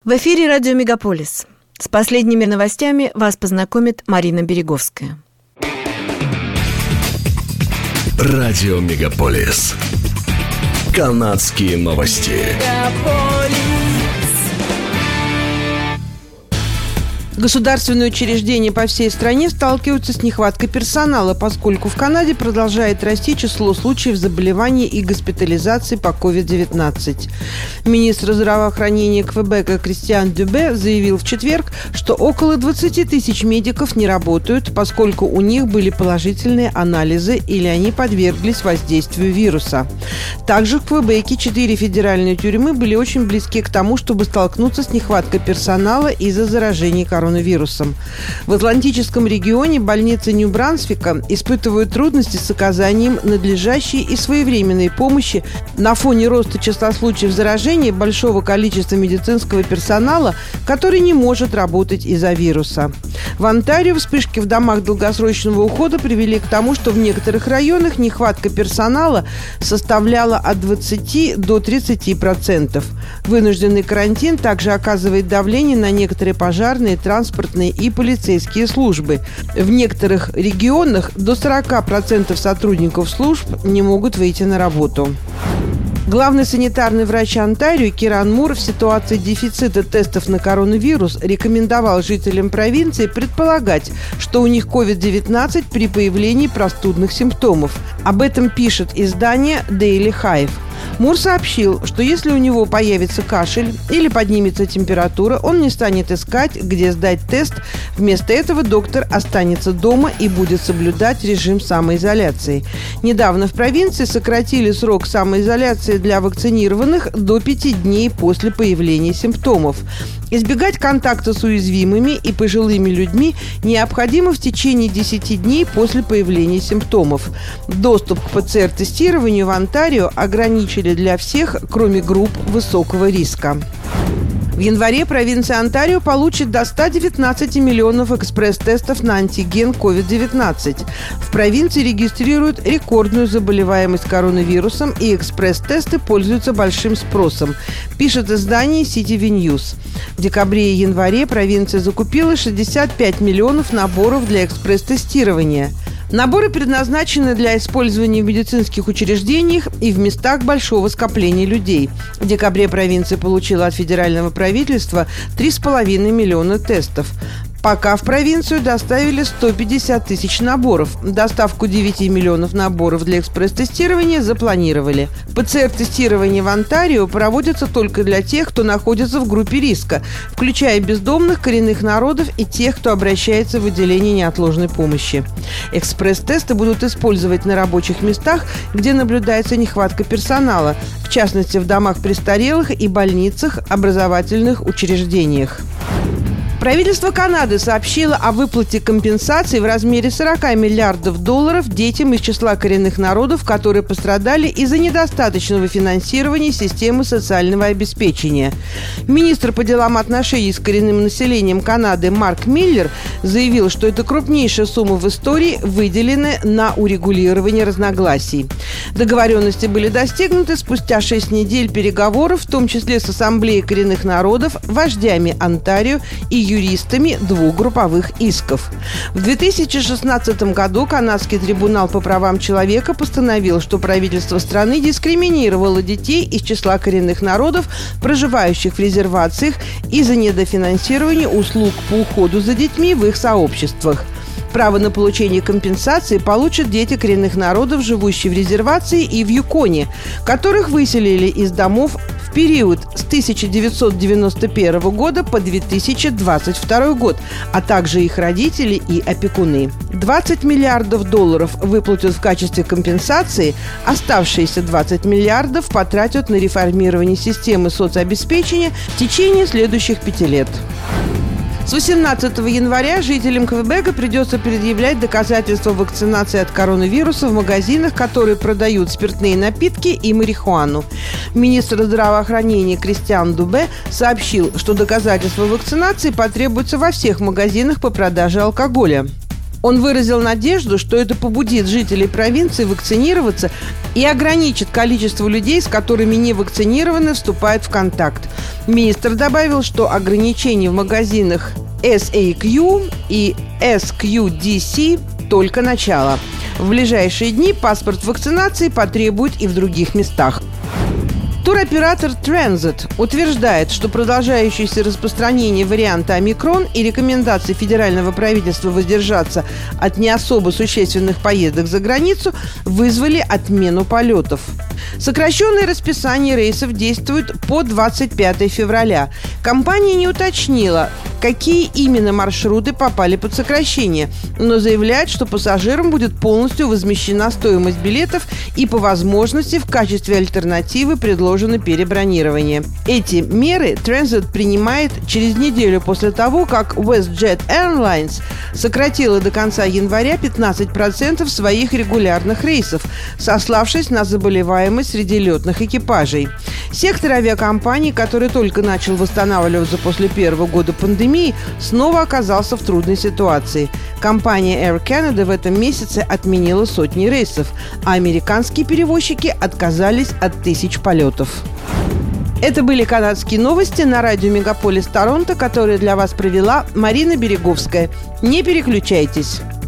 В эфире радио «Мегаполис». С последними новостями вас познакомит Марина Береговская. Радио «Мегаполис». Канадские новости. Государственные учреждения по всей стране сталкиваются с нехваткой персонала, поскольку в Канаде продолжает расти число случаев заболеваний и госпитализации по COVID-19. Министр здравоохранения Квебека Кристиан Дюбе заявил в четверг, что около 20 тысяч медиков не работают, поскольку у них были положительные анализы или они подверглись воздействию вируса. Также в Квебеке 4 федеральные тюрьмы были очень близки к тому, чтобы столкнуться с нехваткой персонала из-за заражения коронавирусом. В Атлантическом регионе больницы Нью-Брансвика испытывают трудности с оказанием надлежащей и своевременной помощи на фоне роста числа случаев заражения большого количества медицинского персонала, который не может работать из-за вируса. В Онтарио вспышки в домах долгосрочного ухода привели к тому, что в некоторых районах нехватка персонала составляла от 20 до 30%. Вынужденный карантин также оказывает давление на некоторые пожарные, транспортные и полицейские службы. В некоторых регионах до 40% сотрудников служб не могут выйти на работу. Главный санитарный врач Онтарио Киран Мур в ситуации дефицита тестов на коронавирус рекомендовал жителям провинции предполагать, что у них COVID-19 при появлении простудных симптомов. Об этом пишет издание Daily Hive. Мур сообщил, что если у него появится кашель или поднимется температура, он не станет искать, где сдать тест. Вместо этого доктор останется дома и будет соблюдать режим самоизоляции. Недавно в провинции сократили срок самоизоляции для вакцинированных до 5 дней после появления симптомов. Избегать контакта с уязвимыми и пожилыми людьми необходимо в течение 10 дней после появления симптомов. Доступ к ПЦР-тестированию в Онтарио ограничили для всех, кроме групп высокого риска. В январе провинция Онтарио получит до 119 миллионов экспресс-тестов на антиген COVID-19. В провинции регистрируют рекордную заболеваемость коронавирусом, и экспресс-тесты пользуются большим спросом, пишет издание CTV News. В декабре и январе провинция закупила 65 миллионов наборов для экспресс-тестирования. Наборы предназначены для использования в медицинских учреждениях и в местах большого скопления людей. В декабре провинция получила от федерального правительства 3,5 миллиона тестов. Пока в провинцию доставили 150 тысяч наборов. Доставку 9 миллионов наборов для экспресс-тестирования запланировали. ПЦР-тестирование в Онтарио проводится только для тех, кто находится в группе риска, включая бездомных, коренных народов и тех, кто обращается в отделение неотложной помощи. Экспресс-тесты будут использовать на рабочих местах, где наблюдается нехватка персонала, в частности в домах престарелых и больницах, образовательных учреждениях. Правительство Канады сообщило о выплате компенсаций в размере 40 миллиардов долларов детям из числа коренных народов, которые пострадали из-за недостаточного финансирования системы социального обеспечения. Министр по делам отношений с коренным населением Канады Марк Миллер заявил, что это крупнейшая сумма в истории, выделенная на урегулирование разногласий. Договоренности были достигнуты спустя 6 недель переговоров, в том числе с Ассамблеей коренных народов, вождями Онтарио и юристами 2 групповых исков. В 2016 году Канадский трибунал по правам человека постановил, что правительство страны дискриминировало детей из числа коренных народов, проживающих в резервациях, из-за недофинансирования услуг по уходу за детьми в их сообществах. Право на получение компенсации получат дети коренных народов, живущие в резервации и в Юконе, которых выселили из домов в период с 1991 года по 2022 год, а также их родители и опекуны. 20 миллиардов долларов выплатят в качестве компенсации, оставшиеся 20 миллиардов потратят на реформирование системы соцобеспечения в течение следующих 5 лет. С 18 января жителям Квебека придется предъявлять доказательства вакцинации от коронавируса в магазинах, которые продают спиртные напитки и марихуану. Министр здравоохранения Кристиан Дюбе сообщил, что доказательства вакцинации потребуются во всех магазинах по продаже алкоголя. Он выразил надежду, что это побудит жителей провинции вакцинироваться и ограничит количество людей, с которыми невакцинированные вступают в контакт. Министр добавил, что ограничения в магазинах SAQ и SQDC только начало. В ближайшие дни паспорт вакцинации потребуют и в других местах. Туроператор Transit утверждает, что продолжающееся распространение варианта омикрон и рекомендации федерального правительства воздержаться от не особо существенных поездок за границу вызвали отмену полетов. Сокращенное расписание рейсов действует по 25 февраля. Компания не уточнила, какие именно маршруты попали под сокращение, но заявляет, что пассажирам будет полностью возмещена стоимость билетов и по возможности в качестве альтернативы предложено перебронирование. Эти меры Transit принимает через неделю после того, как WestJet Airlines сократила до конца января 15% своих регулярных рейсов, сославшись на заболеваемость среди летных экипажей. Сектор авиакомпаний, который только начал восстанавливаться после первого года пандемии, снова оказался в трудной ситуации. Компания Air Canada в этом месяце отменила сотни рейсов, а американские перевозчики отказались от тысяч полетов. Это были канадские новости на радио Мегаполис Торонто, которые для вас провела Марина Береговская. Не переключайтесь.